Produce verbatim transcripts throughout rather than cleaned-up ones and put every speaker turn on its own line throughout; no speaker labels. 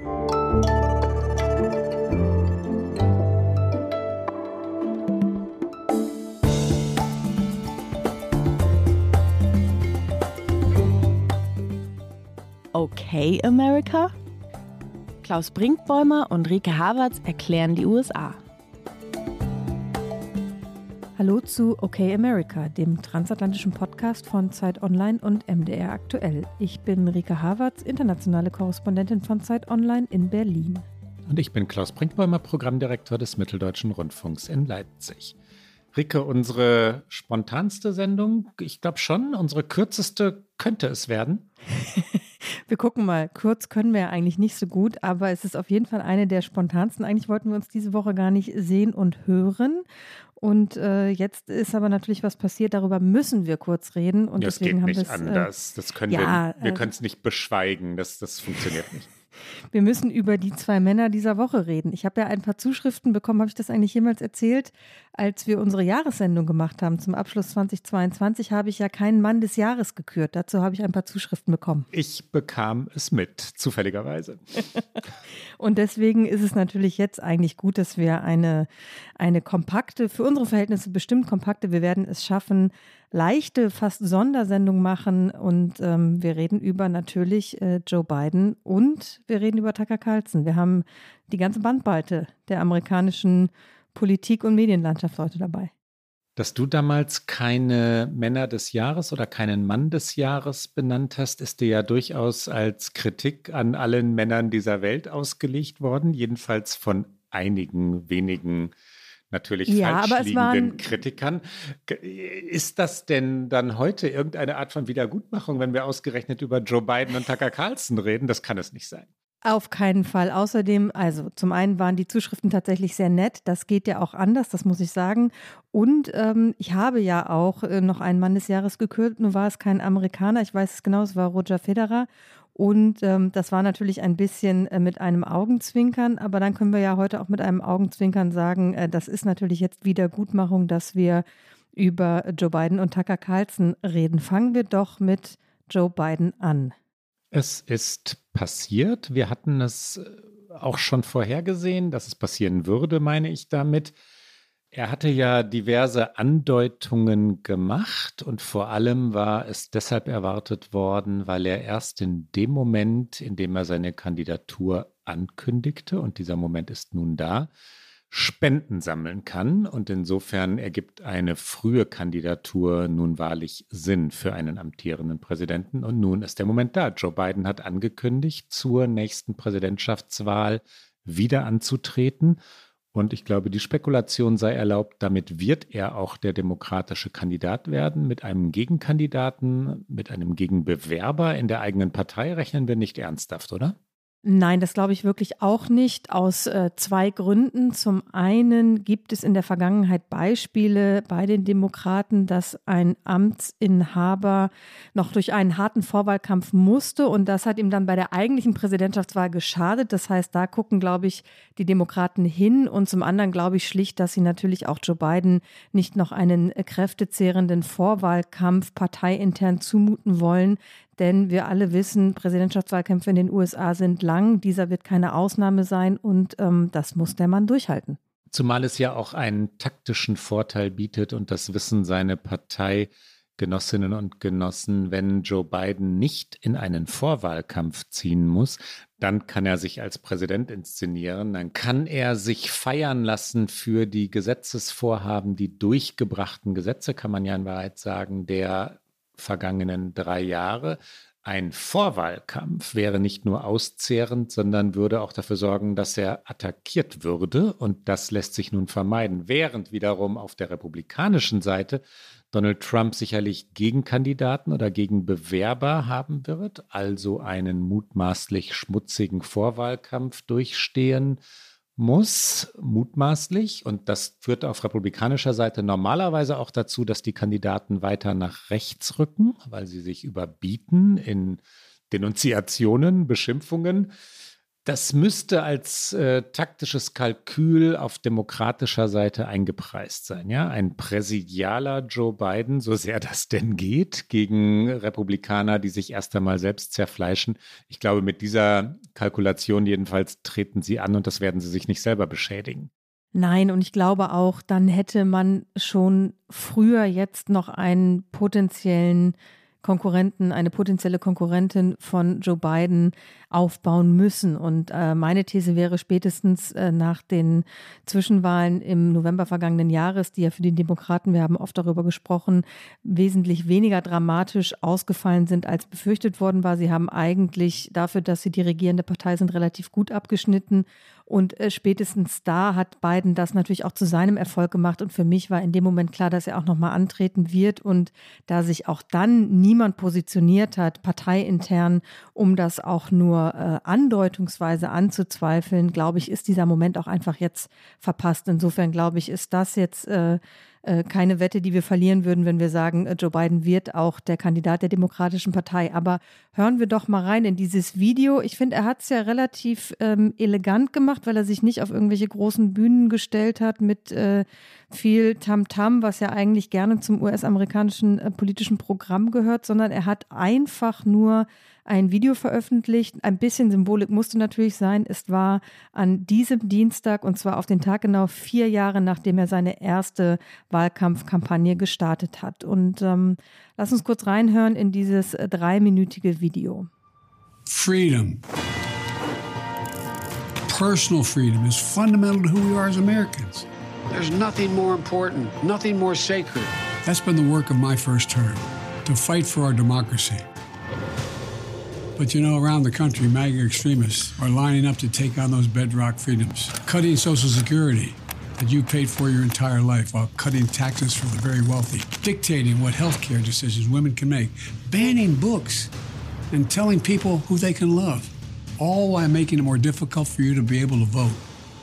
Okay, America? Klaus Brinkbäumer und Rike Havertz erklären die U S A. Hallo zu Okay America, dem transatlantischen Podcast von Zeit Online und M D R aktuell. Ich bin Rike Havertz, internationale Korrespondentin von Zeit Online in Berlin.
Und ich bin Klaus Brinkbäumer, Programmdirektor des Mitteldeutschen Rundfunks in Leipzig. Rike, unsere spontanste Sendung, ich glaube schon, unsere kürzeste könnte es werden.
Wir gucken mal, kurz können wir ja eigentlich nicht so gut, aber es ist auf jeden Fall eine der spontansten. Eigentlich wollten wir uns diese Woche gar nicht sehen und hören. Und äh, jetzt ist aber natürlich was passiert, darüber müssen wir kurz reden. Und
ja, das
deswegen
geht nicht
haben
anders. Das können
ja,
wir, wir
äh,
können es nicht beschweigen. Das, das funktioniert nicht.
Wir müssen über die zwei Männer dieser Woche reden. Ich habe ja ein paar Zuschriften bekommen, habe ich das eigentlich jemals erzählt? Als wir unsere Jahressendung gemacht haben zum Abschluss zweitausendzweiundzwanzig, habe ich ja keinen Mann des Jahres gekürt. Dazu habe ich ein paar Zuschriften bekommen.
Ich bekam es mit, zufälligerweise.
Und deswegen ist es natürlich jetzt eigentlich gut, dass wir eine, eine kompakte, für unsere Verhältnisse bestimmt kompakte, wir werden es schaffen, leichte, fast Sondersendung machen und ähm, wir reden über natürlich äh, Joe Biden und wir reden über Tucker Carlson. Wir haben die ganze Bandbreite der amerikanischen Politik- und Medienlandschaft heute dabei.
Dass du damals keine Männer des Jahres oder keinen Mann des Jahres benannt hast, ist dir ja durchaus als Kritik an allen Männern dieser Welt ausgelegt worden, jedenfalls von einigen wenigen natürlich
ja,
falsch
aber es
liegenden
waren
Kritikern. Ist das denn dann heute irgendeine Art von Wiedergutmachung, wenn wir ausgerechnet über Joe Biden und Tucker Carlson reden? Das kann es nicht sein.
Auf keinen Fall. Außerdem, also zum einen waren die Zuschriften tatsächlich sehr nett. Das geht ja auch anders, das muss ich sagen. Und ähm, ich habe ja auch äh, noch einen Mann des Jahres gekürt. Nur war es kein Amerikaner. Ich weiß es genau, es war Roger Federer. Und ähm, das war natürlich ein bisschen äh, mit einem Augenzwinkern. Aber dann können wir ja heute auch mit einem Augenzwinkern sagen, äh, das ist natürlich jetzt Wiedergutmachung, dass wir über Joe Biden und Tucker Carlson reden. Fangen wir doch mit Joe Biden an.
Es ist passiert. Wir hatten es auch schon vorhergesehen, dass es passieren würde, meine ich damit. Er hatte ja diverse Andeutungen gemacht und vor allem war es deshalb erwartet worden, weil er erst in dem Moment, in dem er seine Kandidatur ankündigte, und dieser Moment ist nun da, Spenden sammeln kann. Und insofern ergibt eine frühe Kandidatur nun wahrlich Sinn für einen amtierenden Präsidenten. Und nun ist der Moment da. Joe Biden hat angekündigt, zur nächsten Präsidentschaftswahl wieder anzutreten. Und ich glaube, die Spekulation sei erlaubt, damit wird er auch der demokratische Kandidat werden. Mit einem Gegenkandidaten, mit einem Gegenbewerber in der eigenen Partei rechnen wir nicht ernsthaft, oder?
Nein, das glaube ich wirklich auch nicht, aus äh, zwei Gründen. Zum einen gibt es in der Vergangenheit Beispiele bei den Demokraten, dass ein Amtsinhaber noch durch einen harten Vorwahlkampf musste und das hat ihm dann bei der eigentlichen Präsidentschaftswahl geschadet. Das heißt, da gucken, glaube ich, die Demokraten hin und zum anderen glaube ich schlicht, dass sie natürlich auch Joe Biden nicht noch einen äh, kräftezehrenden Vorwahlkampf parteiintern zumuten wollen. Denn wir alle wissen, Präsidentschaftswahlkämpfe in den U S A sind lang. Dieser wird keine Ausnahme sein und ähm, das muss der Mann durchhalten.
Zumal es ja auch einen taktischen Vorteil bietet und das wissen seine Parteigenossinnen und Genossen, wenn Joe Biden nicht in einen Vorwahlkampf ziehen muss, dann kann er sich als Präsident inszenieren, dann kann er sich feiern lassen für die Gesetzesvorhaben, die durchgebrachten Gesetze, kann man ja in Wahrheit sagen, der vergangenen drei Jahre. Ein Vorwahlkampf wäre nicht nur auszehrend, sondern würde auch dafür sorgen, dass er attackiert würde. Und das lässt sich nun vermeiden. Während wiederum auf der republikanischen Seite Donald Trump sicherlich Gegenkandidaten oder Gegenbewerber haben wird, also einen mutmaßlich schmutzigen Vorwahlkampf durchstehen muss, mutmaßlich, und das führt auf republikanischer Seite normalerweise auch dazu, dass die Kandidaten weiter nach rechts rücken, weil sie sich überbieten in Denunziationen, Beschimpfungen. Das müsste als äh, taktisches Kalkül auf demokratischer Seite eingepreist sein. Ja? Ein präsidialer Joe Biden, so sehr das denn geht, gegen Republikaner, die sich erst einmal selbst zerfleischen. Ich glaube, mit dieser Kalkulation jedenfalls treten sie an und das werden sie sich nicht selber beschädigen.
Nein, und ich glaube auch, dann hätte man schon früher jetzt noch einen potenziellen Konkurrenten, eine potenzielle Konkurrentin von Joe Biden aufbauen müssen. Und äh, meine These wäre spätestens äh, nach den Zwischenwahlen im November vergangenen Jahres, die ja für die Demokraten, wir haben oft darüber gesprochen, wesentlich weniger dramatisch ausgefallen sind, als befürchtet worden war. Sie haben eigentlich dafür, dass sie die regierende Partei sind, relativ gut abgeschnitten. Und äh, spätestens da hat Biden das natürlich auch zu seinem Erfolg gemacht. Und für mich war in dem Moment klar, dass er auch nochmal antreten wird. Und da sich auch dann niemand positioniert hat, parteiintern, um das auch nur äh, andeutungsweise anzuzweifeln, glaube ich, ist dieser Moment auch einfach jetzt verpasst. Insofern glaube ich, ist das jetzt äh, äh, keine Wette, die wir verlieren würden, wenn wir sagen, äh, Joe Biden wird auch der Kandidat der Demokratischen Partei. Aber hören wir doch mal rein in dieses Video. Ich finde, er hat es ja relativ ähm, elegant gemacht, weil er sich nicht auf irgendwelche großen Bühnen gestellt hat mit äh, viel Tamtam, was ja eigentlich gerne zum U S-amerikanischen äh, politischen Programm gehört, sondern er hat einfach nur ein Video veröffentlicht. Ein bisschen Symbolik musste natürlich sein. Es war an diesem Dienstag und zwar auf den Tag genau vier Jahre, nachdem er seine erste Wahlkampfkampagne gestartet hat. Und ähm, lass uns kurz reinhören in dieses äh, dreiminütige Video.
Freedom. Personal freedom is fundamental to who we are as Americans.
There's nothing more important, nothing more sacred.
That's been the work of my first term, to fight for our democracy. But you know, around the country, MAGA extremists are lining up to take on those bedrock freedoms, cutting Social Security that you paid for your entire life while cutting taxes for the very wealthy, dictating what health care decisions women can make, banning books, and telling people who they can love, all while making it more difficult for you to be able to vote.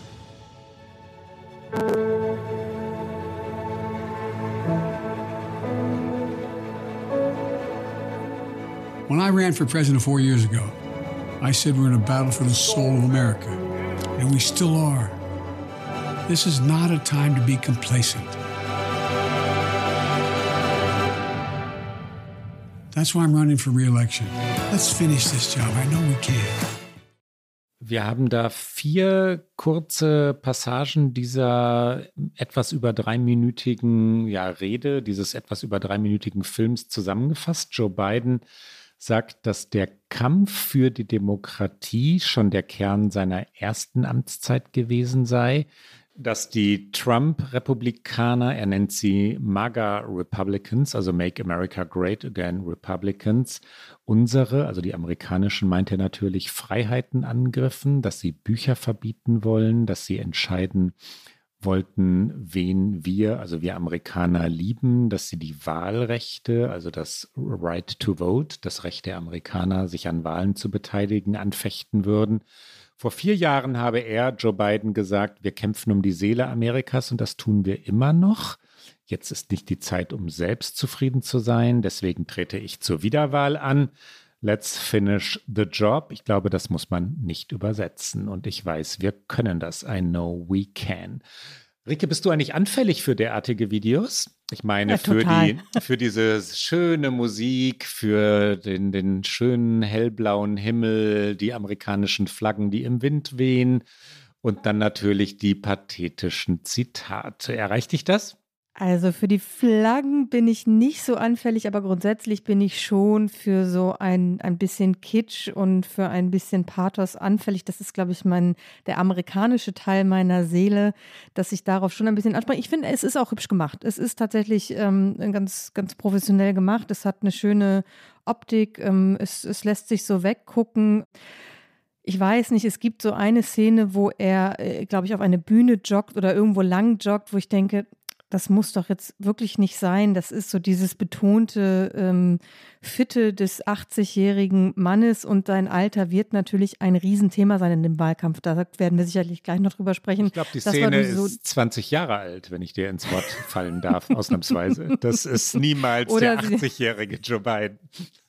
When I ran for president four years ago, I said we're in a battle for the soul of America, and we still are. This is not a time to be complacent. That's why I'm running for re-election. Let's finish this job. I know we can.
Wir haben da vier kurze Passagen dieser etwas über dreiminütigen ja, Rede, dieses etwas über dreiminütigen Films zusammengefasst. Joe Biden sagt, dass der Kampf für die Demokratie schon der Kern seiner ersten Amtszeit gewesen sei, dass die Trump-Republikaner, er nennt sie MAGA-Republicans, also Make America Great Again Republicans, unsere, also die amerikanischen, meint er natürlich, Freiheiten angriffen, dass sie Bücher verbieten wollen, dass sie entscheiden wollten, wen wir, also wir Amerikaner lieben, dass sie die Wahlrechte, also das Right to Vote, das Recht der Amerikaner, sich an Wahlen zu beteiligen, anfechten würden. Vor vier Jahren habe er, Joe Biden, gesagt, wir kämpfen um die Seele Amerikas und das tun wir immer noch. Jetzt ist nicht die Zeit, um selbst zufrieden zu sein, deswegen trete ich zur Wiederwahl an. Let's finish the job. Ich glaube, das muss man nicht übersetzen. Und ich weiß, wir können das. I know we can. Rike, bist du eigentlich anfällig für derartige Videos? Ich meine,
ja,
für, die, für diese schöne Musik, für den, den schönen hellblauen Himmel, die amerikanischen Flaggen, die im Wind wehen und dann natürlich die pathetischen Zitate. Erreicht dich das?
Also für die Flaggen bin ich nicht so anfällig, aber grundsätzlich bin ich schon für so ein, ein bisschen Kitsch und für ein bisschen Pathos anfällig. Das ist, glaube ich, mein, der amerikanische Teil meiner Seele, dass ich darauf schon ein bisschen anspreche. Ich finde, es ist auch hübsch gemacht. Es ist tatsächlich ähm, ganz, ganz professionell gemacht. Es hat eine schöne Optik. Ähm, es, es lässt sich so weggucken. Ich weiß nicht, es gibt so eine Szene, wo er, äh, glaube ich, auf eine Bühne joggt oder irgendwo lang joggt, wo ich denke, das muss doch jetzt wirklich nicht sein. Das ist so dieses betonte ähm, Fitte des achtzigjährigen Mannes und sein Alter wird natürlich ein Riesenthema sein in dem Wahlkampf. Da werden wir sicherlich gleich noch drüber sprechen.
Ich glaube, die Szene so ist zwanzig Jahre alt, wenn ich dir ins Wort fallen darf, ausnahmsweise. Das ist niemals der achtzigjährige Joe Biden.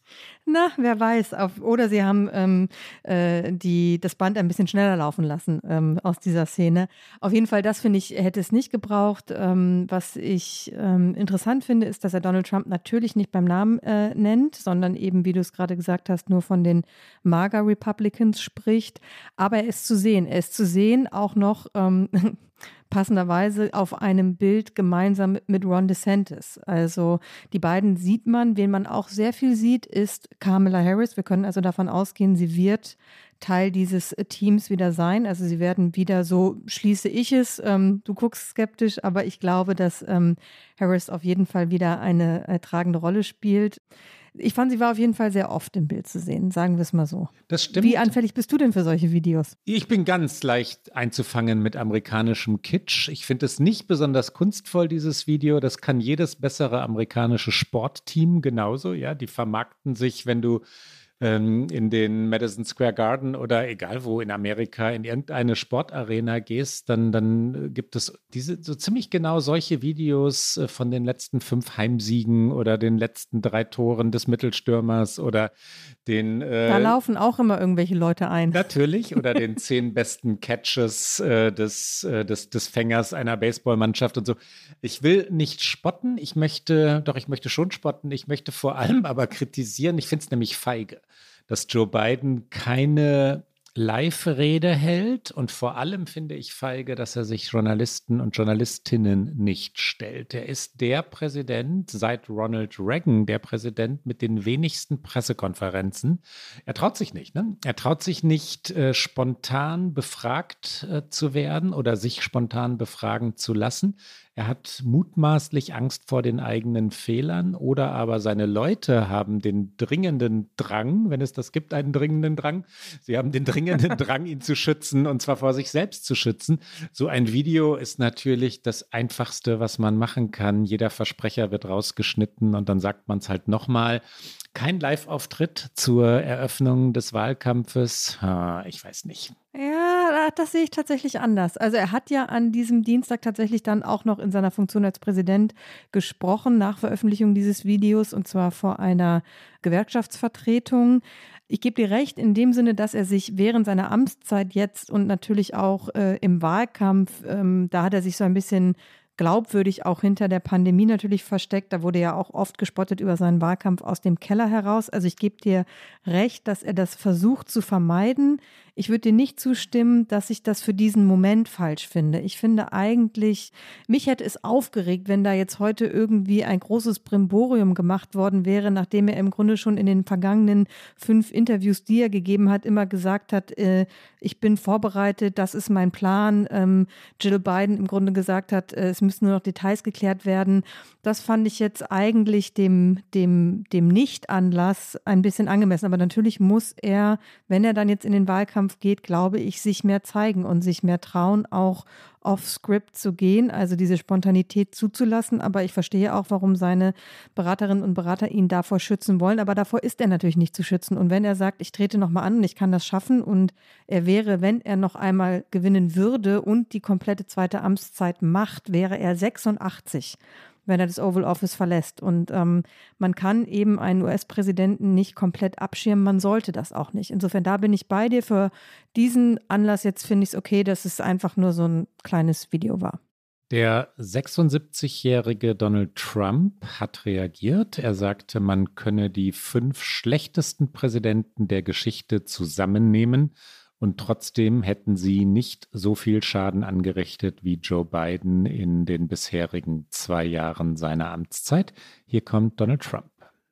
Na, wer weiß. Auf, oder sie haben ähm, äh, die, das Band ein bisschen schneller laufen lassen ähm, aus dieser Szene. Auf jeden Fall, das finde ich, hätte es nicht gebraucht. Ähm, was ich ähm, interessant finde, ist, dass er Donald Trump natürlich nicht beim Namen äh, nennt, sondern eben, wie du es gerade gesagt hast, nur von den MAGA-Republicans spricht. Aber er ist zu sehen. Er ist zu sehen auch noch ähm, passenderweise auf einem Bild gemeinsam mit Ron DeSantis. Also die beiden sieht man. Wen man auch sehr viel sieht, ist Kamala Harris. Wir können also davon ausgehen, sie wird Teil dieses Teams wieder sein. Also sie werden wieder, so schließe ich es, ähm, du guckst skeptisch, aber ich glaube, dass ähm, Harris auf jeden Fall wieder eine äh, tragende Rolle spielt. Ich fand, sie war auf jeden Fall sehr oft im Bild zu sehen, sagen wir es mal so.
Das stimmt.
Wie anfällig bist du denn für solche Videos?
Ich bin ganz leicht einzufangen mit amerikanischem Kitsch. Ich finde es nicht besonders kunstvoll, dieses Video. Das kann jedes bessere amerikanische Sportteam genauso. Ja, die vermarkten sich, wenn du ähm, in den Madison Square Garden oder egal wo in Amerika in irgendeine Sportarena gehst, dann, dann gibt es diese so ziemlich genau solche Videos äh, von den letzten fünf Heimsiegen oder den letzten drei Toren des Mittelstürmers oder den äh,
Da laufen auch immer irgendwelche Leute ein.
Natürlich, oder den zehn besten Catches äh, des, äh, des, des Fängers einer Baseballmannschaft und so. Ich will nicht spotten, ich möchte, doch ich möchte schon spotten, ich möchte vor allem aber kritisieren. Ich finde es nämlich feige, dass Joe Biden keine Live-Rede hält und vor allem finde ich feige, dass er sich Journalisten und Journalistinnen nicht stellt. Er ist der Präsident seit Ronald Reagan, der Präsident mit den wenigsten Pressekonferenzen. Er traut sich nicht, ne? Er traut sich nicht, äh, spontan befragt äh, zu werden oder sich spontan befragen zu lassen. Er hat mutmaßlich Angst vor den eigenen Fehlern oder aber seine Leute haben den dringenden Drang, wenn es das gibt, einen dringenden Drang. Sie haben den dringenden Drang, ihn zu schützen und zwar vor sich selbst zu schützen. So ein Video ist natürlich das Einfachste, was man machen kann. Jeder Versprecher wird rausgeschnitten und dann sagt man es halt nochmal. Kein Live-Auftritt zur Eröffnung des Wahlkampfes. Ich weiß nicht.
Ja, das sehe ich tatsächlich anders. Also er hat ja an diesem Dienstag tatsächlich dann auch noch in seiner Funktion als Präsident gesprochen, nach Veröffentlichung dieses Videos, und zwar vor einer Gewerkschaftsvertretung. Ich gebe dir recht in dem Sinne, dass er sich während seiner Amtszeit jetzt und natürlich auch äh, im Wahlkampf, ähm, da hat er sich so ein bisschen glaubwürdig auch hinter der Pandemie natürlich versteckt. Da wurde ja auch oft gespottet über seinen Wahlkampf aus dem Keller heraus. Also ich gebe dir recht, dass er das versucht zu vermeiden. Ich würde dir nicht zustimmen, dass ich das für diesen Moment falsch finde. Ich finde eigentlich, mich hätte es aufgeregt, wenn da jetzt heute irgendwie ein großes Brimborium gemacht worden wäre, nachdem er im Grunde schon in den vergangenen fünf Interviews, die er gegeben hat, immer gesagt hat, äh, ich bin vorbereitet, das ist mein Plan. Ähm, Jill Biden im Grunde gesagt hat, äh, es müssen nur noch Details geklärt werden. Das fand ich jetzt eigentlich dem, dem, dem Nicht-Anlass ein bisschen angemessen. Aber natürlich muss er, wenn er dann jetzt in den Wahlkampf geht, glaube ich, sich mehr zeigen und sich mehr trauen, auch off-Script zu gehen, also diese Spontanität zuzulassen. Aber ich verstehe auch, warum seine Beraterinnen und Berater ihn davor schützen wollen. Aber davor ist er natürlich nicht zu schützen. Und wenn er sagt, ich trete nochmal an und ich kann das schaffen und er wäre, wenn er noch einmal gewinnen würde und die komplette zweite Amtszeit macht, wäre er sechsundachtzig, wenn er das Oval Office verlässt. Und ähm, man kann eben einen U S-Präsidenten nicht komplett abschirmen, man sollte das auch nicht. Insofern, da bin ich bei dir. Für diesen Anlass jetzt finde ich es okay, dass es einfach nur so ein kleines Video war.
Der sechsundsiebzigjährige Donald Trump hat reagiert. Er sagte, man könne die fünf schlechtesten Präsidenten der Geschichte zusammennehmen und trotzdem hätten sie nicht so viel Schaden angerichtet wie Joe Biden in den bisherigen zwei Jahren seiner Amtszeit. Hier kommt Donald Trump.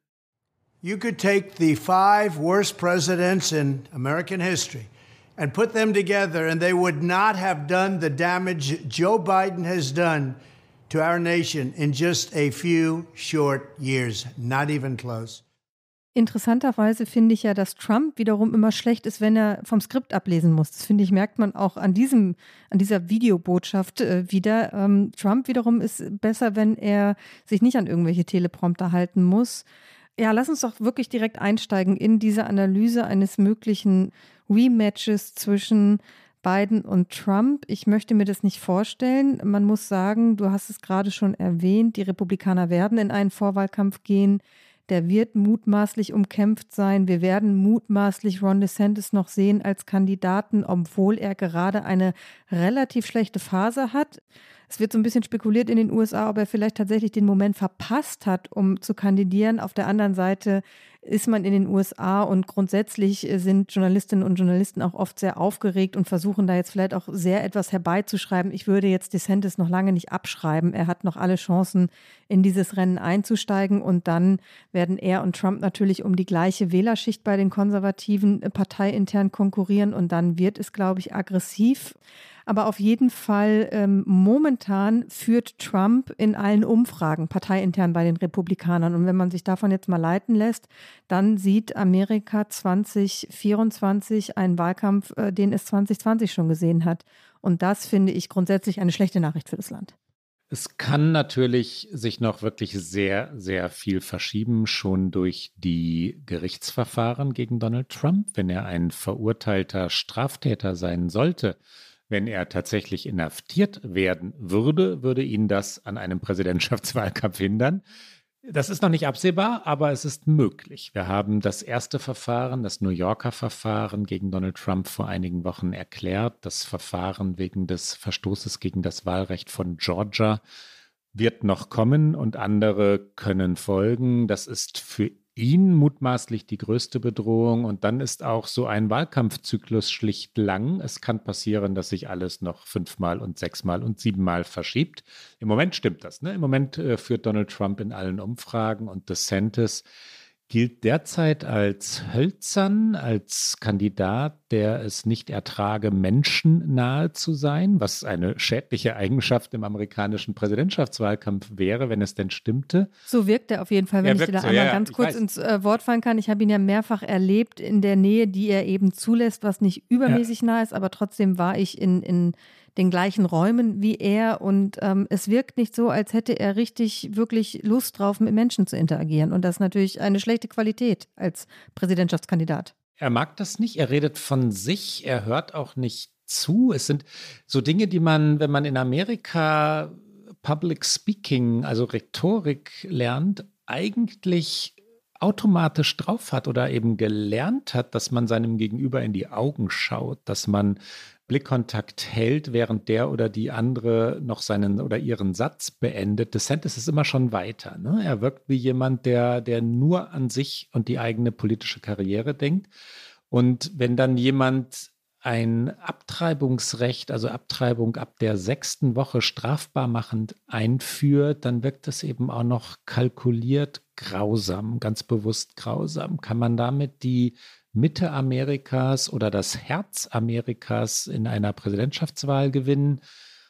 You could take the five worst presidents in American history and put them together and they would not have done the damage Joe Biden has done to our nation in just a few short years. Not even close.
Interessanterweise finde ich ja, dass Trump wiederum immer schlecht ist, wenn er vom Skript ablesen muss. Das finde ich, merkt man auch an diesem, an dieser Videobotschaft äh, wieder. Ähm, Trump wiederum ist besser, wenn er sich nicht an irgendwelche Teleprompter halten muss. Ja, lass uns doch wirklich direkt einsteigen in diese Analyse eines möglichen Rematches zwischen Biden und Trump. Ich möchte mir das nicht vorstellen. Man muss sagen, du hast es gerade schon erwähnt, die Republikaner werden in einen Vorwahlkampf gehen. Der wird mutmaßlich umkämpft sein. Wir werden mutmaßlich Ron DeSantis noch sehen als Kandidaten, obwohl er gerade eine relativ schlechte Phase hat. Es wird so ein bisschen spekuliert in den U S A, ob er vielleicht tatsächlich den Moment verpasst hat, um zu kandidieren. Auf der anderen Seite ist man in den U S A und grundsätzlich sind Journalistinnen und Journalisten auch oft sehr aufgeregt und versuchen da jetzt vielleicht auch sehr etwas herbeizuschreiben. Ich würde jetzt DeSantis noch lange nicht abschreiben. Er hat noch alle Chancen, in dieses Rennen einzusteigen und dann werden er und Trump natürlich um die gleiche Wählerschicht bei den Konservativen parteiintern konkurrieren und dann wird es, glaube ich, aggressiv. Aber auf jeden Fall ähm, momentan führt Trump in allen Umfragen parteiintern bei den Republikanern. Und wenn man sich davon jetzt mal leiten lässt, dann sieht Amerika zwanzig vierundzwanzig einen Wahlkampf, äh, den es zwanzig zwanzig schon gesehen hat. Und das finde ich grundsätzlich eine schlechte Nachricht für das Land.
Es kann natürlich sich noch wirklich sehr, sehr viel verschieben, schon durch die Gerichtsverfahren gegen Donald Trump, wenn er ein verurteilter Straftäter sein sollte. Wenn er tatsächlich inhaftiert werden würde, würde ihn das an einem Präsidentschaftswahlkampf hindern. Das ist noch nicht absehbar, aber es ist möglich. Wir haben das erste Verfahren, das New Yorker Verfahren gegen Donald Trump vor einigen Wochen erklärt. Das Verfahren wegen des Verstoßes gegen das Wahlrecht von Georgia wird noch kommen und andere können folgen. Das ist für ihn mutmaßlich die größte Bedrohung und dann ist auch so ein Wahlkampfzyklus schlicht lang. Es kann passieren, dass sich alles noch fünfmal und sechsmal und siebenmal verschiebt. Im Moment stimmt das, ne? Im Moment äh, führt Donald Trump in allen Umfragen und DeSantis gilt derzeit als hölzern, als Kandidat, der es nicht ertrage, menschennahe zu sein, was eine schädliche Eigenschaft im amerikanischen Präsidentschaftswahlkampf wäre, wenn es denn stimmte.
So wirkt er auf jeden Fall, wenn
er
ich dir da
so,
einmal
ja,
ganz kurz
weiß.
ins äh, Wort fallen kann. Ich habe ihn ja mehrfach erlebt in der Nähe, die er eben zulässt, was nicht übermäßig ja. nah ist, aber trotzdem war ich in, in den gleichen Räumen wie er und ähm, es wirkt nicht so, als hätte er richtig, wirklich Lust drauf, mit Menschen zu interagieren und das ist natürlich eine schlechte Qualität als Präsidentschaftskandidat.
Er mag das nicht, er redet von sich, er hört auch nicht zu. Es sind so Dinge, die man, wenn man in Amerika Public Speaking, also Rhetorik lernt, eigentlich automatisch drauf hat oder eben gelernt hat, dass man seinem Gegenüber in die Augen schaut, dass man Blickkontakt hält, während der oder die andere noch seinen oder ihren Satz beendet. DeSantis ist immer schon weiter. Ne? Er wirkt wie jemand, der, der nur an sich und die eigene politische Karriere denkt. Und wenn dann jemand ein Abtreibungsrecht, also Abtreibung ab der sechsten Woche strafbar machend einführt, dann wirkt es eben auch noch kalkuliert grausam, ganz bewusst grausam. Kann man damit die Mitte Amerikas oder das Herz Amerikas in einer Präsidentschaftswahl gewinnen?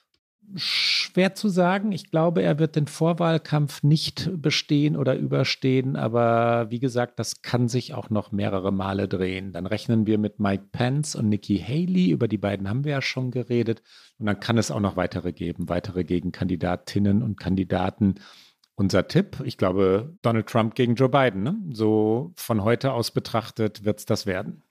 Schwer zu sagen. Ich glaube, er wird den Vorwahlkampf nicht bestehen oder überstehen, aber wie gesagt, das kann sich auch noch mehrere Male drehen. Dann rechnen wir mit Mike Pence und Nikki Haley, über die beiden haben wir ja schon geredet, und dann kann es auch noch weitere geben, weitere Gegenkandidatinnen und Kandidaten. Unser Tipp, ich glaube, Donald Trump gegen Joe Biden, ne? So von heute aus betrachtet wird es das werden.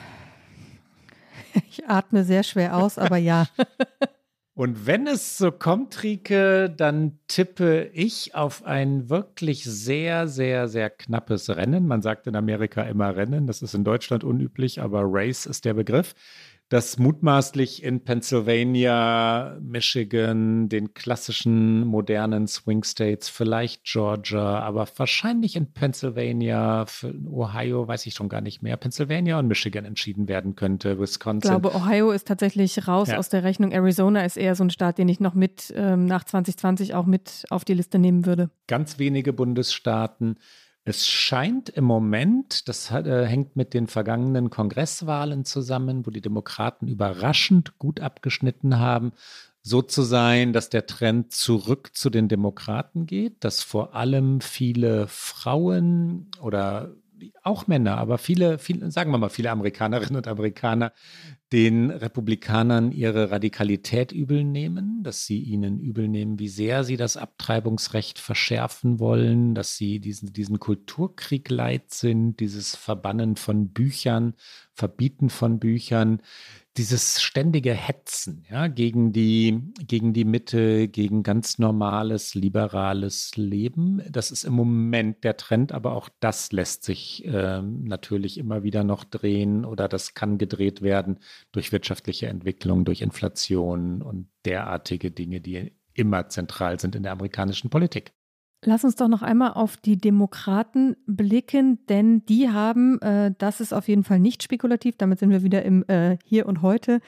Ich atme sehr schwer aus, aber ja.
Und wenn es so kommt, Rike, dann tippe ich auf ein wirklich sehr, sehr, sehr knappes Rennen. Man sagt in Amerika immer Rennen, das ist in Deutschland unüblich, aber Race ist der Begriff. Das mutmaßlich in Pennsylvania, Michigan, den klassischen modernen Swing States, vielleicht Georgia, aber wahrscheinlich in Pennsylvania, Ohio, weiß ich schon gar nicht mehr, Pennsylvania und Michigan entschieden werden könnte, Wisconsin.
Ich glaube, Ohio ist tatsächlich raus ja. aus der Rechnung. Arizona ist eher so ein Staat, den ich noch mit ähm, nach zwanzig zwanzig auch mit auf die Liste nehmen würde.
Ganz wenige Bundesstaaten. Es scheint im Moment, das hat, äh, hängt mit den vergangenen Kongresswahlen zusammen, wo die Demokraten überraschend gut abgeschnitten haben, so zu sein, dass der Trend zurück zu den Demokraten geht, dass vor allem viele Frauen oder auch Männer, aber viele, viele, sagen wir mal, viele Amerikanerinnen und Amerikaner den Republikanern ihre Radikalität übel nehmen, dass sie ihnen übel nehmen, wie sehr sie das Abtreibungsrecht verschärfen wollen, dass sie diesen, diesen Kulturkrieg leid sind, dieses Verbannen von Büchern, Verbieten von Büchern, dieses ständige Hetzen, ja, gegen die, gegen die Mitte, gegen ganz normales, liberales Leben. Das ist im Moment der Trend, aber auch das lässt sich äh, natürlich immer wieder noch drehen oder das kann gedreht werden durch wirtschaftliche Entwicklung, durch Inflation und derartige Dinge, die immer zentral sind in der amerikanischen Politik.
Lass uns doch noch einmal auf die Demokraten blicken, denn die haben, äh, das ist auf jeden Fall nicht spekulativ, damit sind wir wieder im äh, Hier und Heute,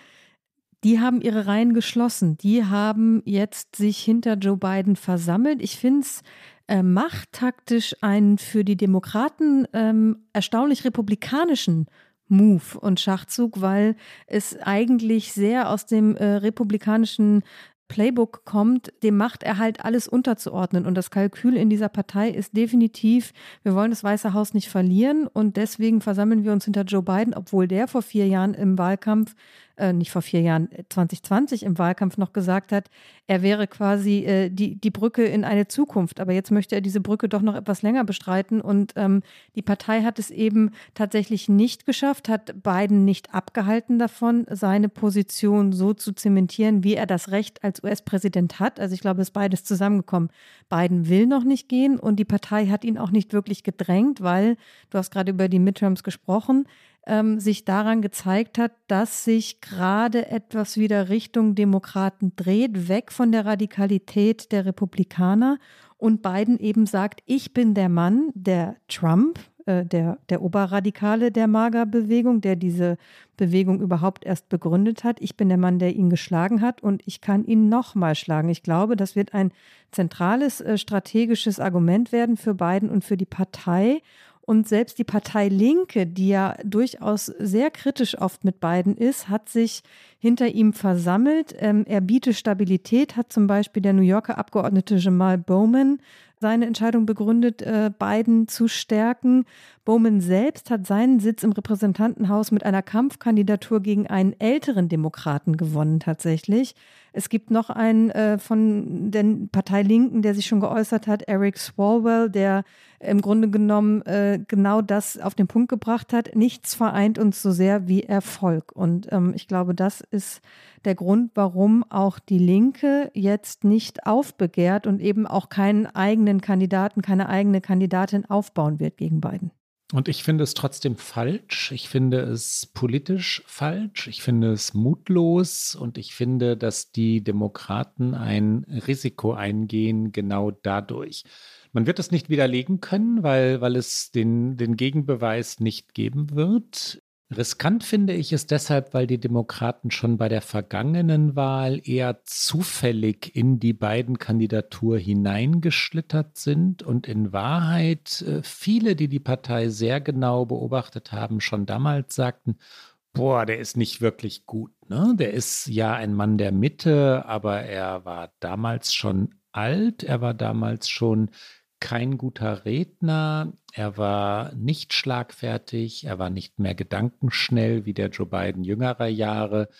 die haben ihre Reihen geschlossen. Die haben jetzt sich hinter Joe Biden versammelt. Ich finde es äh, machttaktisch einen für die Demokraten ähm, erstaunlich republikanischen Move und Schachzug, weil es eigentlich sehr aus dem äh, republikanischen Playbook kommt, dem Machterhalt alles unterzuordnen. Und das Kalkül in dieser Partei ist definitiv, wir wollen das Weiße Haus nicht verlieren und deswegen versammeln wir uns hinter Joe Biden, obwohl der vor vier Jahren im Wahlkampf, äh, nicht vor vier Jahren, zwanzig zwanzig im Wahlkampf noch gesagt hat, er wäre quasi äh, die, die Brücke in eine Zukunft. Aber jetzt möchte er diese Brücke doch noch etwas länger bestreiten und ähm, die Partei hat es eben tatsächlich nicht geschafft, hat Biden nicht abgehalten davon, seine Position so zu zementieren, wie er das Recht als U S-Präsident hat. Also ich glaube, es ist beides zusammengekommen. Biden will noch nicht gehen und die Partei hat ihn auch nicht wirklich gedrängt, weil, du hast gerade über die Midterms gesprochen, ähm, sich daran gezeigt hat, dass sich gerade etwas wieder Richtung Demokraten dreht, weg von der Radikalität der Republikaner und Biden eben sagt, ich bin der Mann, der Trump, Der, der Oberradikale der MAGA-Bewegung, der diese Bewegung überhaupt erst begründet hat. Ich bin der Mann, der ihn geschlagen hat und ich kann ihn nochmal schlagen. Ich glaube, das wird ein zentrales äh, strategisches Argument werden für Biden und für die Partei. Und selbst die Partei Linke, die ja durchaus sehr kritisch oft mit Biden ist, hat sich hinter ihm versammelt. Ähm, er bietet Stabilität, hat zum Beispiel der New Yorker Abgeordnete Jamal Bowman seine Entscheidung begründet, äh, Biden zu stärken. Bowman selbst hat seinen Sitz im Repräsentantenhaus mit einer Kampfkandidatur gegen einen älteren Demokraten gewonnen tatsächlich. Es gibt noch einen äh, von der Partei Linken, der sich schon geäußert hat, Eric Swalwell, der im Grunde genommen äh, genau das auf den Punkt gebracht hat. Nichts vereint uns so sehr wie Erfolg. Und ähm, ich glaube, das ist der Grund, warum auch die Linke jetzt nicht aufbegehrt und eben auch keinen eigenen Kandidaten, keine eigene Kandidatin aufbauen wird gegen Biden.
Und ich finde es trotzdem falsch. Ich finde es politisch falsch. Ich finde es mutlos. Und ich finde, dass die Demokraten ein Risiko eingehen, genau dadurch. Man wird es nicht widerlegen können, weil, weil es den, den Gegenbeweis nicht geben wird. Riskant finde ich es deshalb, weil die Demokraten schon bei der vergangenen Wahl eher zufällig in die beiden Kandidatur hineingeschlittert sind und in Wahrheit viele, die die Partei sehr genau beobachtet haben, schon damals sagten, boah, der ist nicht wirklich gut, ne? Der ist ja ein Mann der Mitte, aber er war damals schon alt, er war damals schon kein guter Redner, er war nicht schlagfertig, er war nicht mehr gedankenschnell wie der Joe Biden jüngerer Jahre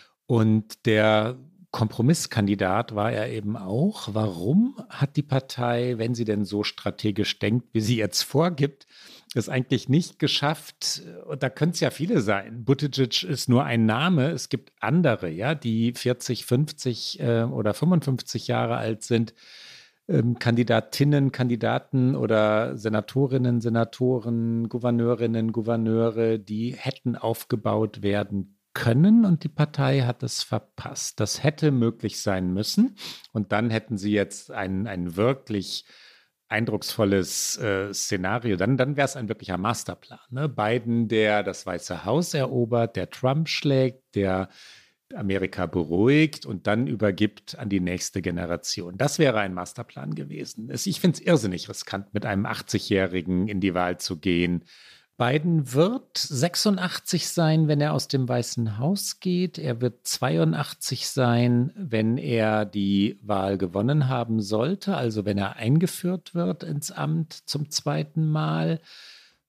und der Kompromisskandidat war er eben auch. Warum hat die Partei, wenn sie denn so strategisch denkt, wie sie jetzt vorgibt, es eigentlich nicht geschafft? Und da können es ja viele sein. Buttigieg ist nur ein Name. Es gibt andere, ja, die vierzig, fünfzig äh, oder fünfundfünfzig Jahre alt sind. Ähm, Kandidatinnen, Kandidaten oder Senatorinnen, Senatoren, Gouverneurinnen, Gouverneure, die hätten aufgebaut werden können und die Partei hat es verpasst. Das hätte möglich sein müssen und dann hätten sie jetzt ein, ein wirklich eindrucksvolles äh, Szenario. Dann, dann wäre es ein wirklicher Masterplan. Ne? Biden, der das Weiße Haus erobert, der Trump schlägt, der Amerika beruhigt und dann übergibt an die nächste Generation. Das wäre ein Masterplan gewesen. Ich finde es irrsinnig riskant, mit einem achtzigjährigen in die Wahl zu gehen. Biden wird sechsundachtzig sein, wenn er aus dem Weißen Haus geht. Er wird zweiundachtzig sein, wenn er die Wahl gewonnen haben sollte, also wenn er eingeführt wird ins Amt zum zweiten Mal.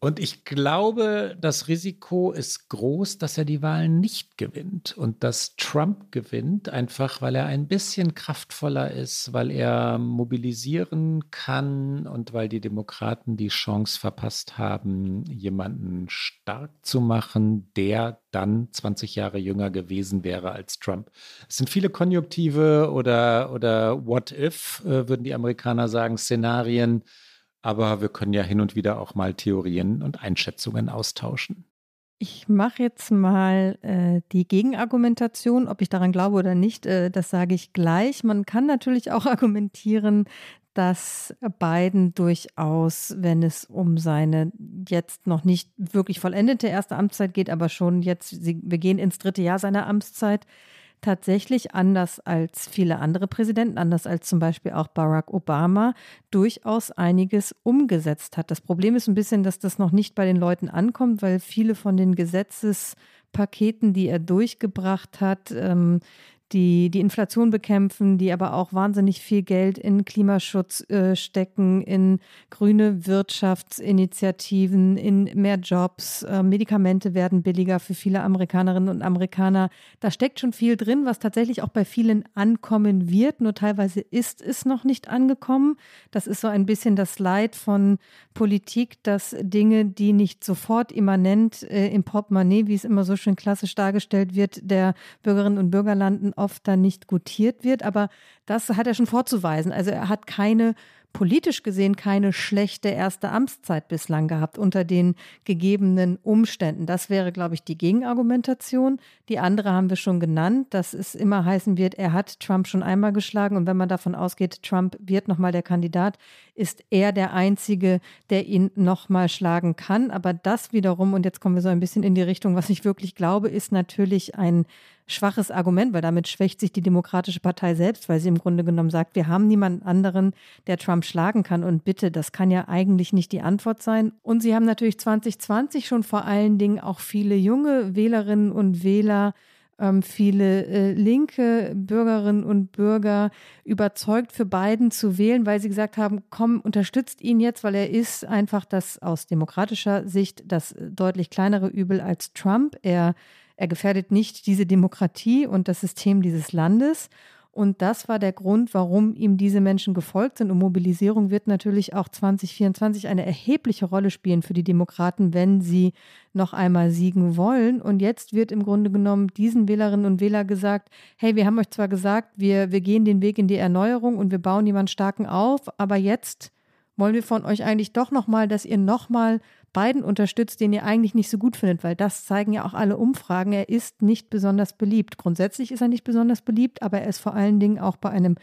Und ich glaube, das Risiko ist groß, dass er die Wahlen nicht gewinnt und dass Trump gewinnt, einfach weil er ein bisschen kraftvoller ist, weil er mobilisieren kann und weil die Demokraten die Chance verpasst haben, jemanden stark zu machen, der dann zwanzig Jahre jünger gewesen wäre als Trump. Es sind viele Konjunktive oder, oder What if, äh, würden die Amerikaner sagen, Szenarien. Aber wir können ja hin und wieder auch mal Theorien und Einschätzungen austauschen.
Ich mache jetzt mal äh, die Gegenargumentation, ob ich daran glaube oder nicht, äh, das sage ich gleich. Man kann natürlich auch argumentieren, dass Biden durchaus, wenn es um seine jetzt noch nicht wirklich vollendete erste Amtszeit geht, aber schon jetzt, sie, wir gehen ins dritte Jahr seiner Amtszeit, tatsächlich anders als viele andere Präsidenten, anders als zum Beispiel auch Barack Obama, durchaus einiges umgesetzt hat. Das Problem ist ein bisschen, dass das noch nicht bei den Leuten ankommt, weil viele von den Gesetzespaketen, die er durchgebracht hat, ähm, die die Inflation bekämpfen, die aber auch wahnsinnig viel Geld in Klimaschutz äh, stecken, in grüne Wirtschaftsinitiativen, in mehr Jobs. Äh, Medikamente werden billiger für viele Amerikanerinnen und Amerikaner. Da steckt schon viel drin, was tatsächlich auch bei vielen ankommen wird. Nur teilweise ist es noch nicht angekommen. Das ist so ein bisschen das Leid von Politik, dass Dinge, die nicht sofort immanent äh, im Portemonnaie, wie es immer so schön klassisch dargestellt wird, der Bürgerinnen und Bürger landen, oft dann nicht gutiert wird, aber das hat er schon vorzuweisen. Also er hat keine, politisch gesehen, keine schlechte erste Amtszeit bislang gehabt unter den gegebenen Umständen. Das wäre, glaube ich, die Gegenargumentation. Die andere haben wir schon genannt, dass es immer heißen wird, er hat Trump schon einmal geschlagen und wenn man davon ausgeht, Trump wird nochmal der Kandidat, ist er der Einzige, der ihn nochmal schlagen kann. Aber das wiederum, und jetzt kommen wir so ein bisschen in die Richtung, was ich wirklich glaube, ist natürlich ein schwaches Argument, weil damit schwächt sich die Demokratische Partei selbst, weil sie im Grunde genommen sagt, wir haben niemanden anderen, der Trump schlagen kann. Und bitte, das kann ja eigentlich nicht die Antwort sein. Und sie haben natürlich zwanzig zwanzig schon vor allen Dingen auch viele junge Wählerinnen und Wähler, ähm, viele äh, linke Bürgerinnen und Bürger überzeugt, für Biden zu wählen, weil sie gesagt haben, komm, unterstützt ihn jetzt, weil er ist einfach das aus demokratischer Sicht das deutlich kleinere Übel als Trump. Er Er gefährdet nicht diese Demokratie und das System dieses Landes. Und das war der Grund, warum ihm diese Menschen gefolgt sind. Und Mobilisierung wird natürlich auch zwanzig vierundzwanzig eine erhebliche Rolle spielen für die Demokraten, wenn sie noch einmal siegen wollen. Und jetzt wird im Grunde genommen diesen Wählerinnen und Wählern gesagt, hey, wir haben euch zwar gesagt, wir, wir gehen den Weg in die Erneuerung und wir bauen jemanden Starken auf, aber jetzt wollen wir von euch eigentlich doch nochmal, dass ihr nochmal Biden unterstützt, den ihr eigentlich nicht so gut findet, weil das zeigen ja auch alle Umfragen. Er ist nicht besonders beliebt. Grundsätzlich ist er nicht besonders beliebt, aber er ist vor allen Dingen auch bei einem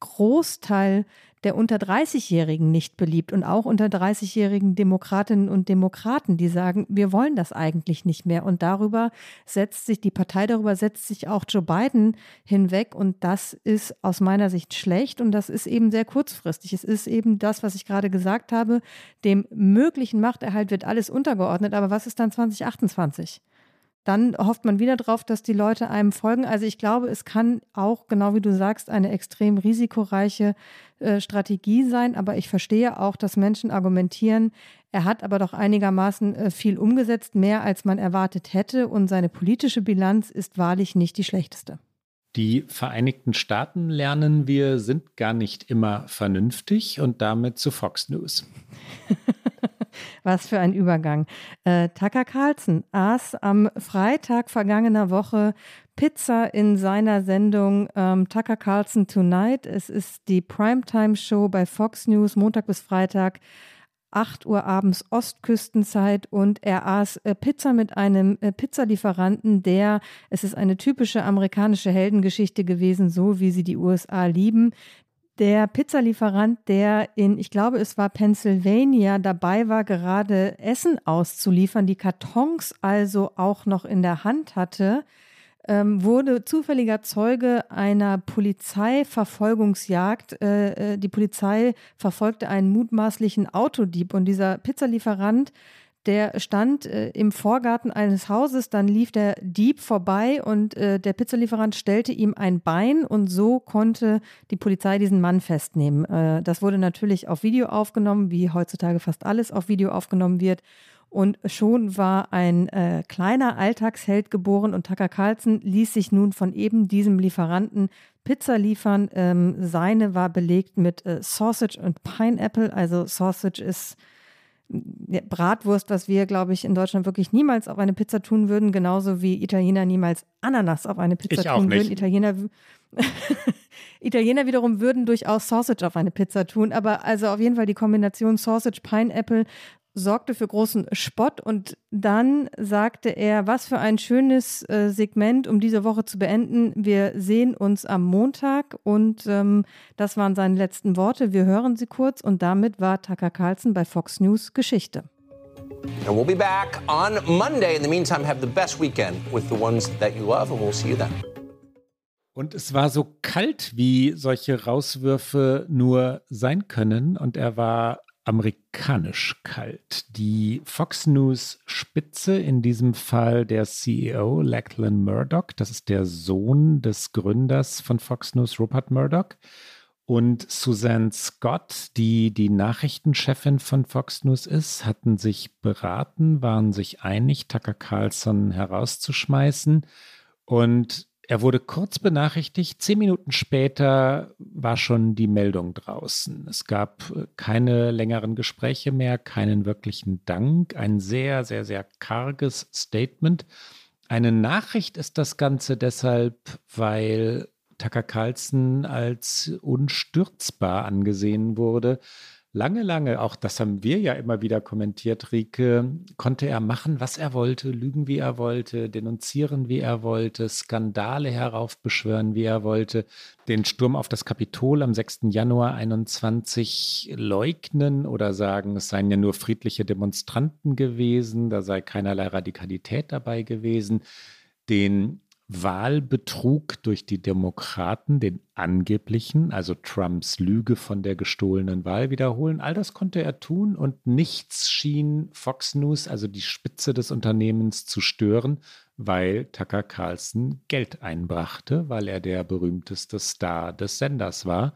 Großteil der unter dreißig-Jährigen nicht beliebt und auch unter dreißig-jährigen Demokratinnen und Demokraten, die sagen, wir wollen das eigentlich nicht mehr. Und darüber setzt sich die Partei, darüber setzt sich auch Joe Biden hinweg. Und das ist aus meiner Sicht schlecht und das ist eben sehr kurzfristig. Es ist eben das, was ich gerade gesagt habe, dem möglichen Machterhalt wird alles untergeordnet. Aber was ist dann zwanzig achtundzwanzig? Dann hofft man wieder drauf, dass die Leute einem folgen. Also ich glaube, es kann auch, genau wie du sagst, eine extrem risikoreiche äh, Strategie sein. Aber ich verstehe auch, dass Menschen argumentieren, er hat aber doch einigermaßen äh, viel umgesetzt, mehr als man erwartet hätte. Und seine politische Bilanz ist wahrlich nicht die schlechteste.
Die Vereinigten Staaten, lernen wir, sind gar nicht immer vernünftig und damit zu Fox News.
Was für ein Übergang. Äh, Tucker Carlson aß am Freitag vergangener Woche Pizza in seiner Sendung ähm, Tucker Carlson Tonight. Es ist die Primetime-Show bei Fox News, Montag bis Freitag, acht Uhr abends Ostküstenzeit, und er aß äh, Pizza mit einem äh, Pizzalieferanten, der, es ist eine typische amerikanische Heldengeschichte gewesen, so wie sie die U S A lieben. Der Pizzalieferant, der in, ich glaube, es war Pennsylvania, dabei war, gerade Essen auszuliefern, die Kartons also auch noch in der Hand hatte, ähm, wurde zufälliger Zeuge einer Polizeiverfolgungsjagd. Äh, die Polizei verfolgte einen mutmaßlichen Autodieb und dieser Pizzalieferant, der stand äh, im Vorgarten eines Hauses, dann lief der Dieb vorbei und äh, der Pizzalieferant stellte ihm ein Bein und so konnte die Polizei diesen Mann festnehmen. Äh, das wurde natürlich auf Video aufgenommen, wie heutzutage fast alles auf Video aufgenommen wird. Und schon war ein äh, kleiner Alltagsheld geboren und Tucker Carlson ließ sich nun von eben diesem Lieferanten Pizza liefern. Ähm, seine war belegt mit äh, Sausage und Pineapple. Also Sausage ist ja, Bratwurst, was wir, glaube ich, in Deutschland wirklich niemals auf eine Pizza tun würden. Genauso wie Italiener niemals Ananas auf eine Pizza
ich
tun
auch nicht.
würden. Italiener, Italiener wiederum würden durchaus Sausage auf eine Pizza tun. Aber also auf jeden Fall die Kombination Sausage, Pineapple sorgte für großen Spott und dann sagte er, was für ein schönes äh, Segment, um diese Woche zu beenden. Wir sehen uns am Montag und ähm, das waren seine letzten Worte. Wir hören sie kurz und damit war Tucker Carlson bei Fox News Geschichte.
And we'll be back on Monday. In the meantime, have the best weekend with the ones that you love and we'll see you then.
Und es war so kalt, wie solche Rauswürfe nur sein können und er war amerikanisch kalt. Die Fox News Spitze, in diesem Fall der C E O Lachlan Murdoch, das ist der Sohn des Gründers von Fox News, Rupert Murdoch, und Suzanne Scott, die die Nachrichtenchefin von Fox News ist, hatten sich beraten, waren sich einig, Tucker Carlson herauszuschmeißen und er wurde kurz benachrichtigt, zehn Minuten später war schon die Meldung draußen. Es gab keine längeren Gespräche mehr, keinen wirklichen Dank, ein sehr, sehr, sehr karges Statement. Eine Nachricht ist das Ganze deshalb, weil Tucker Carlson als unstürzbar angesehen wurde. Lange, lange, auch das haben wir ja immer wieder kommentiert, Rike, konnte er machen, was er wollte, lügen, wie er wollte, denunzieren, wie er wollte, Skandale heraufbeschwören, wie er wollte, den Sturm auf das Kapitol am sechsten Januar einundzwanzig leugnen oder sagen, es seien ja nur friedliche Demonstranten gewesen, da sei keinerlei Radikalität dabei gewesen, den Wahlbetrug durch die Demokraten, den angeblichen, also Trumps Lüge von der gestohlenen Wahl wiederholen. All das konnte er tun und nichts schien Fox News, also die Spitze des Unternehmens, zu stören, weil Tucker Carlson Geld einbrachte, weil er der berühmteste Star des Senders war.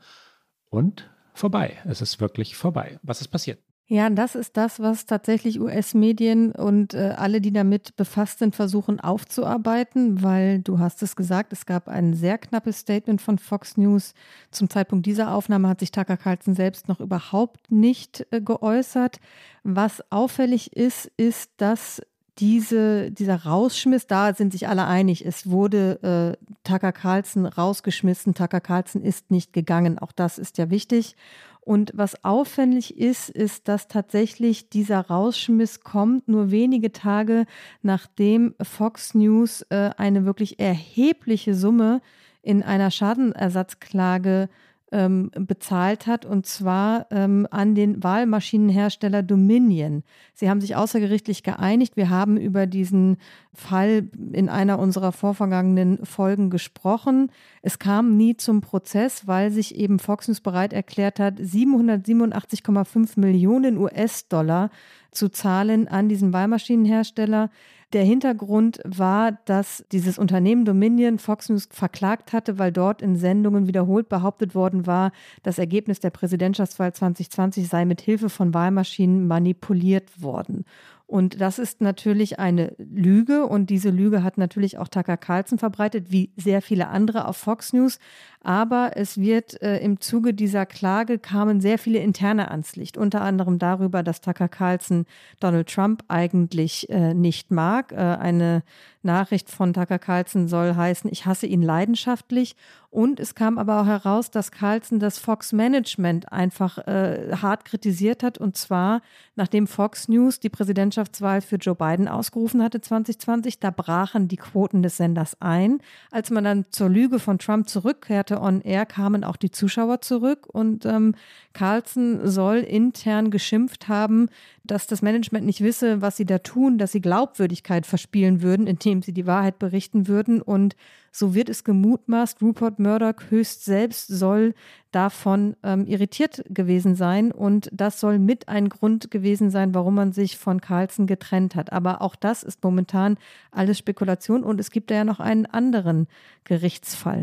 Und vorbei. Es ist wirklich vorbei. Was ist passiert?
Ja, das ist das, was tatsächlich U S-Medien und äh, alle, die damit befasst sind, versuchen aufzuarbeiten, weil du hast es gesagt, es gab ein sehr knappes Statement von Fox News. Zum Zeitpunkt dieser Aufnahme hat sich Tucker Carlson selbst noch überhaupt nicht äh, geäußert. Was auffällig ist, ist, dass diese, dieser Rausschmiss, da sind sich alle einig, es wurde äh, Tucker Carlson rausgeschmissen, Tucker Carlson ist nicht gegangen, auch das ist ja wichtig. Und was auffällig ist, ist, dass tatsächlich dieser Rausschmiss kommt, nur wenige Tage nachdem Fox News äh, eine wirklich erhebliche Summe in einer Schadenersatzklage ähm, bezahlt hat, und zwar ähm, an den Wahlmaschinenhersteller Dominion. Sie haben sich außergerichtlich geeinigt. Wir haben über diesen Fall in einer unserer vorvergangenen Folgen gesprochen. Es kam nie zum Prozess, weil sich eben Fox News bereit erklärt hat, siebenhundertsiebenundachtzig Komma fünf Millionen U S-Dollar zu zahlen an diesen Wahlmaschinenhersteller. Der Hintergrund war, dass dieses Unternehmen Dominion Fox News verklagt hatte, weil dort in Sendungen wiederholt behauptet worden war, das Ergebnis der Präsidentschaftswahl zwanzig zwanzig sei mit Hilfe von Wahlmaschinen manipuliert worden. Und das ist natürlich eine Lüge, und diese Lüge hat natürlich auch Tucker Carlson verbreitet, wie sehr viele andere auf Fox News. Aber es wird äh, im Zuge dieser Klage kamen sehr viele Interne ans Licht, unter anderem darüber, dass Tucker Carlson Donald Trump eigentlich äh, nicht mag. Äh, eine Nachricht von Tucker Carlson soll heißen, ich hasse ihn leidenschaftlich. Und es kam aber auch heraus, dass Carlson das Fox-Management einfach äh, hart kritisiert hat. Und zwar, nachdem Fox News die Präsidentschaftswahl für Joe Biden ausgerufen hatte zwanzig zwanzig, da brachen die Quoten des Senders ein. Als man dann zur Lüge von Trump zurückkehrte on air, kamen auch die Zuschauer zurück. Und ähm, Carlson soll intern geschimpft haben, dass das Management nicht wisse, was sie da tun, dass sie Glaubwürdigkeit verspielen würden, indem sie die Wahrheit berichten würden. Und so wird es gemutmaßt, Rupert Murdoch höchst selbst soll davon ähm, irritiert gewesen sein. Und das soll mit ein Grund gewesen sein, warum man sich von Carlson getrennt hat. Aber auch das ist momentan alles Spekulation. Und es gibt da ja noch einen anderen Gerichtsfall.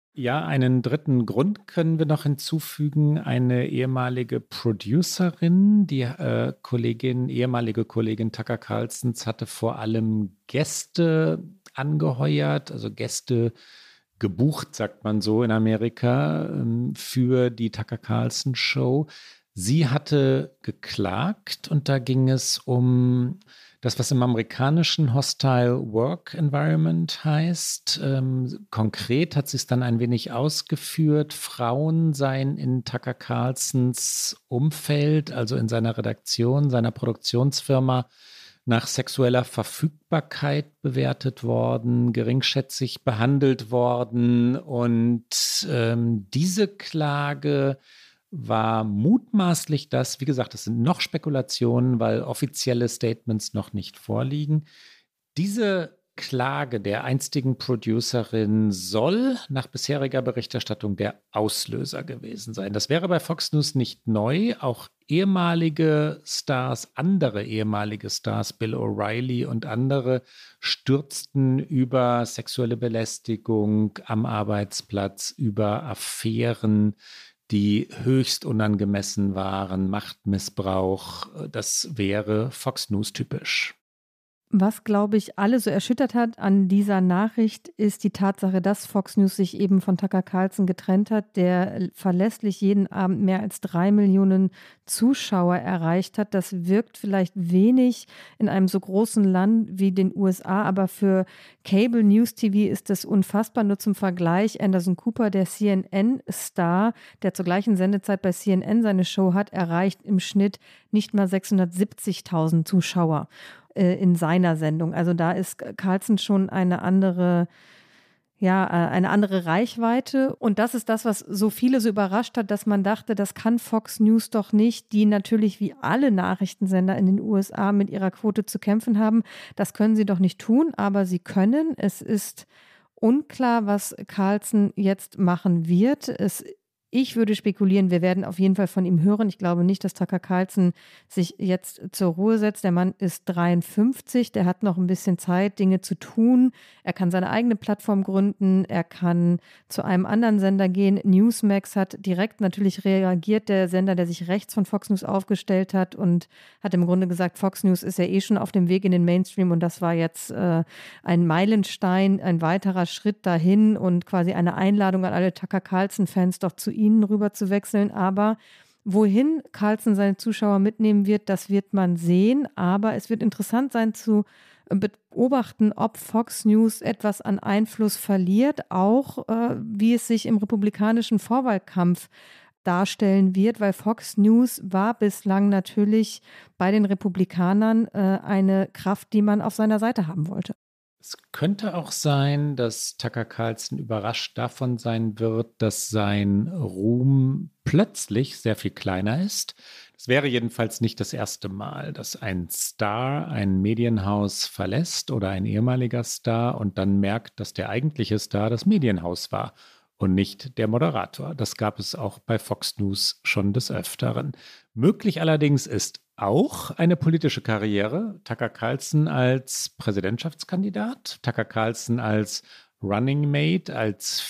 Ja, einen dritten Grund können wir noch hinzufügen. Eine ehemalige Producerin, die äh, Kollegin, ehemalige Kollegin Tucker Carlsons hatte vor allem Gäste angeheuert, also Gäste gebucht, sagt man so in Amerika, ähm, für die Tucker Carlson Show. Sie hatte geklagt und da ging es um das, was im amerikanischen Hostile Work Environment heißt. Ähm, konkret hat sie es dann ein wenig ausgeführt. Frauen seien in Tucker Carlsons Umfeld, also in seiner Redaktion, seiner Produktionsfirma, nach sexueller Verfügbarkeit bewertet worden, geringschätzig behandelt worden. Und ähm, diese Klage war mutmaßlich das, wie gesagt, das sind noch Spekulationen, weil offizielle Statements noch nicht vorliegen. Diese Klage der einstigen Producerin soll nach bisheriger Berichterstattung der Auslöser gewesen sein. Das wäre bei Fox News nicht neu. Auch ehemalige Stars, andere ehemalige Stars, Bill O'Reilly und andere, stürzten über sexuelle Belästigung am Arbeitsplatz, über Affären, die höchst unangemessen waren, Machtmissbrauch. Das wäre Fox News typisch.
Was, glaube ich, alle so erschüttert hat an dieser Nachricht, ist die Tatsache, dass Fox News sich eben von Tucker Carlson getrennt hat, der verlässlich jeden Abend mehr als drei Millionen Zuschauer erreicht hat. Das wirkt vielleicht wenig in einem so großen Land wie den U S A, aber für Cable News T V ist das unfassbar. Nur zum Vergleich, Anderson Cooper, der C N N-Star, der zur gleichen Sendezeit bei C N N seine Show hat, erreicht im Schnitt nicht mal sechshundertsiebzigtausend Zuschauer in seiner Sendung. Also da ist Carlson schon eine andere, ja, eine andere Reichweite. Und das ist das, was so viele so überrascht hat, dass man dachte, das kann Fox News doch nicht, die natürlich wie alle Nachrichtensender in den U S A mit ihrer Quote zu kämpfen haben. Das können sie doch nicht tun, aber sie können. Es ist unklar, was Carlson jetzt machen wird. Es Ich würde spekulieren, wir werden auf jeden Fall von ihm hören. Ich glaube nicht, dass Tucker Carlson sich jetzt zur Ruhe setzt. Der Mann ist dreiundfünfzig, der hat noch ein bisschen Zeit, Dinge zu tun. Er kann seine eigene Plattform gründen, er kann zu einem anderen Sender gehen. Newsmax hat direkt natürlich reagiert, der Sender, der sich rechts von Fox News aufgestellt hat und hat im Grunde gesagt, Fox News ist ja eh schon auf dem Weg in den Mainstream und das war jetzt äh, ein Meilenstein, ein weiterer Schritt dahin und quasi eine Einladung an alle Tucker Carlson-Fans doch zu ihnen rüber zu wechseln, aber wohin Carlson seine Zuschauer mitnehmen wird, das wird man sehen, aber es wird interessant sein zu beobachten, ob Fox News etwas an Einfluss verliert, auch äh, wie es sich im republikanischen Vorwahlkampf darstellen wird, weil Fox News war bislang natürlich bei den Republikanern äh, eine Kraft, die man auf seiner Seite haben wollte.
Es könnte auch sein, dass Tucker Carlson überrascht davon sein wird, dass sein Ruhm plötzlich sehr viel kleiner ist. Es wäre jedenfalls nicht das erste Mal, dass ein Star ein Medienhaus verlässt oder ein ehemaliger Star und dann merkt, dass der eigentliche Star das Medienhaus war und nicht der Moderator. Das gab es auch bei Fox News schon des Öfteren. Möglich allerdings ist auch eine politische Karriere. Tucker Carlson als Präsidentschaftskandidat, Tucker Carlson als Running Mate, als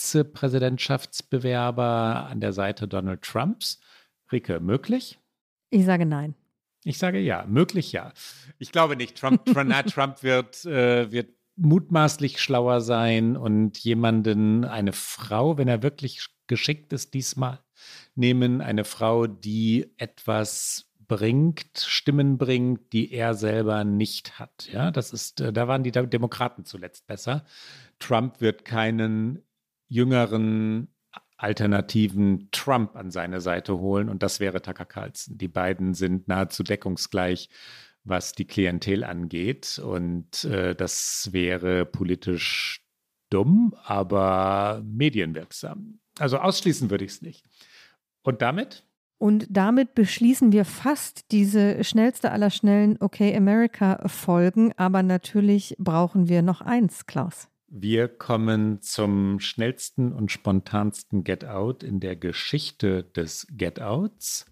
Vizepräsidentschaftsbewerber an der Seite Donald Trumps. Rike, möglich?
Ich sage nein.
Ich sage ja, möglich ja. Ich glaube nicht. Trump, Trump wird, äh, wird mutmaßlich schlauer sein und jemanden, eine Frau, wenn er wirklich geschickt ist diesmal, nehmen, eine Frau, die etwas bringt, Stimmen bringt, die er selber nicht hat. Ja, das ist, da waren die Demokraten zuletzt besser. Trump wird keinen jüngeren, alternativen Trump an seine Seite holen und das wäre Tucker Carlson. Die beiden sind nahezu deckungsgleich, was die Klientel angeht und äh, das wäre politisch dumm, aber medienwirksam. Also ausschließen würde ich es nicht. Und damit?
Und damit beschließen wir fast diese schnellste aller schnellen Okay America-Folgen. Aber natürlich brauchen wir noch eins, Klaus.
Wir kommen zum schnellsten und spontansten Get Out in der Geschichte des Get Outs.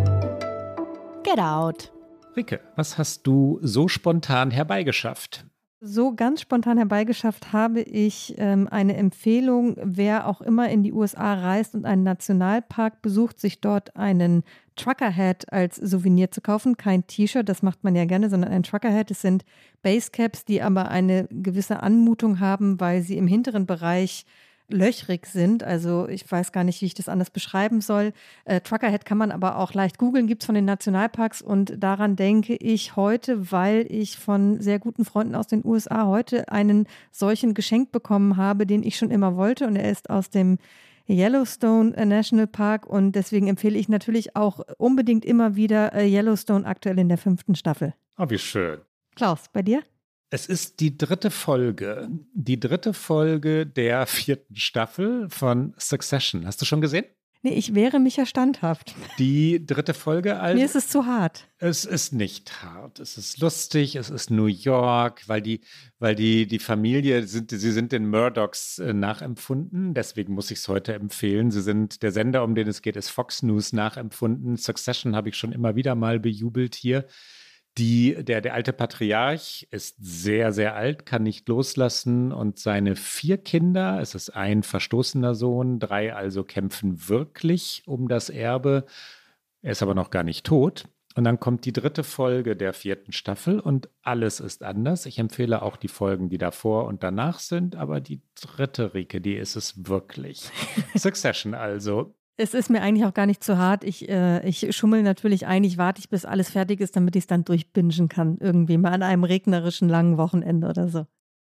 Get Out.
Rike, was hast du so spontan herbeigeschafft?
So ganz spontan herbeigeschafft habe ich ähm, eine Empfehlung, wer auch immer in die U S A reist und einen Nationalpark besucht, sich dort einen Trucker-Hat als Souvenir zu kaufen. Kein T-Shirt, das macht man ja gerne, sondern ein Trucker-Hat. Es sind Basecaps, die aber eine gewisse Anmutung haben, weil sie im hinteren Bereich löchrig sind. Also ich weiß gar nicht, wie ich das anders beschreiben soll. Äh, Truckerhead kann man aber auch leicht googeln, gibt es von den Nationalparks und daran denke ich heute, weil ich von sehr guten Freunden aus den U S A heute einen solchen geschenkt bekommen habe, den ich schon immer wollte und er ist aus dem Yellowstone National Park und deswegen empfehle ich natürlich auch unbedingt immer wieder Yellowstone aktuell in der fünften Staffel.
Oh, wie schön.
Klaus, bei dir?
Es ist die dritte Folge, die dritte Folge der vierten Staffel von Succession. Hast du schon gesehen?
Nee, ich wehre mich ja standhaft.
Die dritte Folge also.
Mir ist es zu hart.
Es ist nicht hart. Es ist lustig. Es ist New York, weil die, weil die, die Familie, sind, sie sind den Murdochs äh, nachempfunden. Deswegen muss ich es heute empfehlen. Sie sind, der Sender, um den es geht, ist Fox News nachempfunden. Succession habe ich schon immer wieder mal bejubelt hier. Die, der, der alte Patriarch ist sehr, sehr alt, kann nicht loslassen und seine vier Kinder, es ist ein verstoßener Sohn, drei also kämpfen wirklich um das Erbe. Er ist aber noch gar nicht tot. Und dann kommt die dritte Folge der vierten Staffel und alles ist anders. Ich empfehle auch die Folgen, die davor und danach sind, aber die dritte, Rike, die ist es wirklich. Succession also.
Es ist mir eigentlich auch gar nicht zu hart. Ich, äh, ich schummel natürlich ein, ich warte, bis alles fertig ist, damit ich es dann durchbingen kann. Irgendwie mal an einem regnerischen langen Wochenende oder so.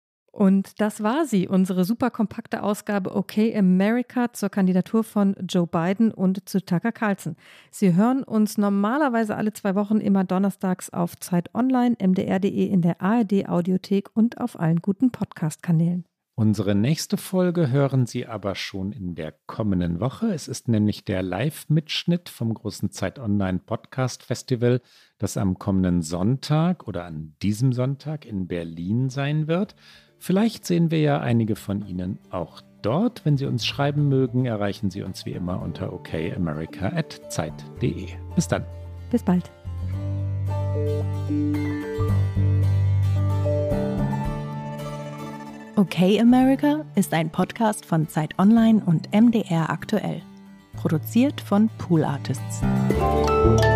Und das war sie, unsere super kompakte Ausgabe Okay America zur Kandidatur von Joe Biden und zu Tucker Carlson. Sie hören uns normalerweise alle zwei Wochen immer donnerstags auf Zeit Online, m d r punkt d e, in der A R D-Audiothek und auf allen guten Podcast-Kanälen.
Unsere nächste Folge hören Sie aber schon in der kommenden Woche. Es ist nämlich der Live-Mitschnitt vom großen Zeit Online Podcast Festival, das am kommenden Sonntag oder an diesem Sonntag in Berlin sein wird. Vielleicht sehen wir ja einige von Ihnen auch dort. Wenn Sie uns schreiben mögen, erreichen Sie uns wie immer unter okamerica at zeit punkt de. Bis dann.
Bis bald.
Okay America ist ein Podcast von Zeit Online und M D R aktuell. Produziert von Pool Artists.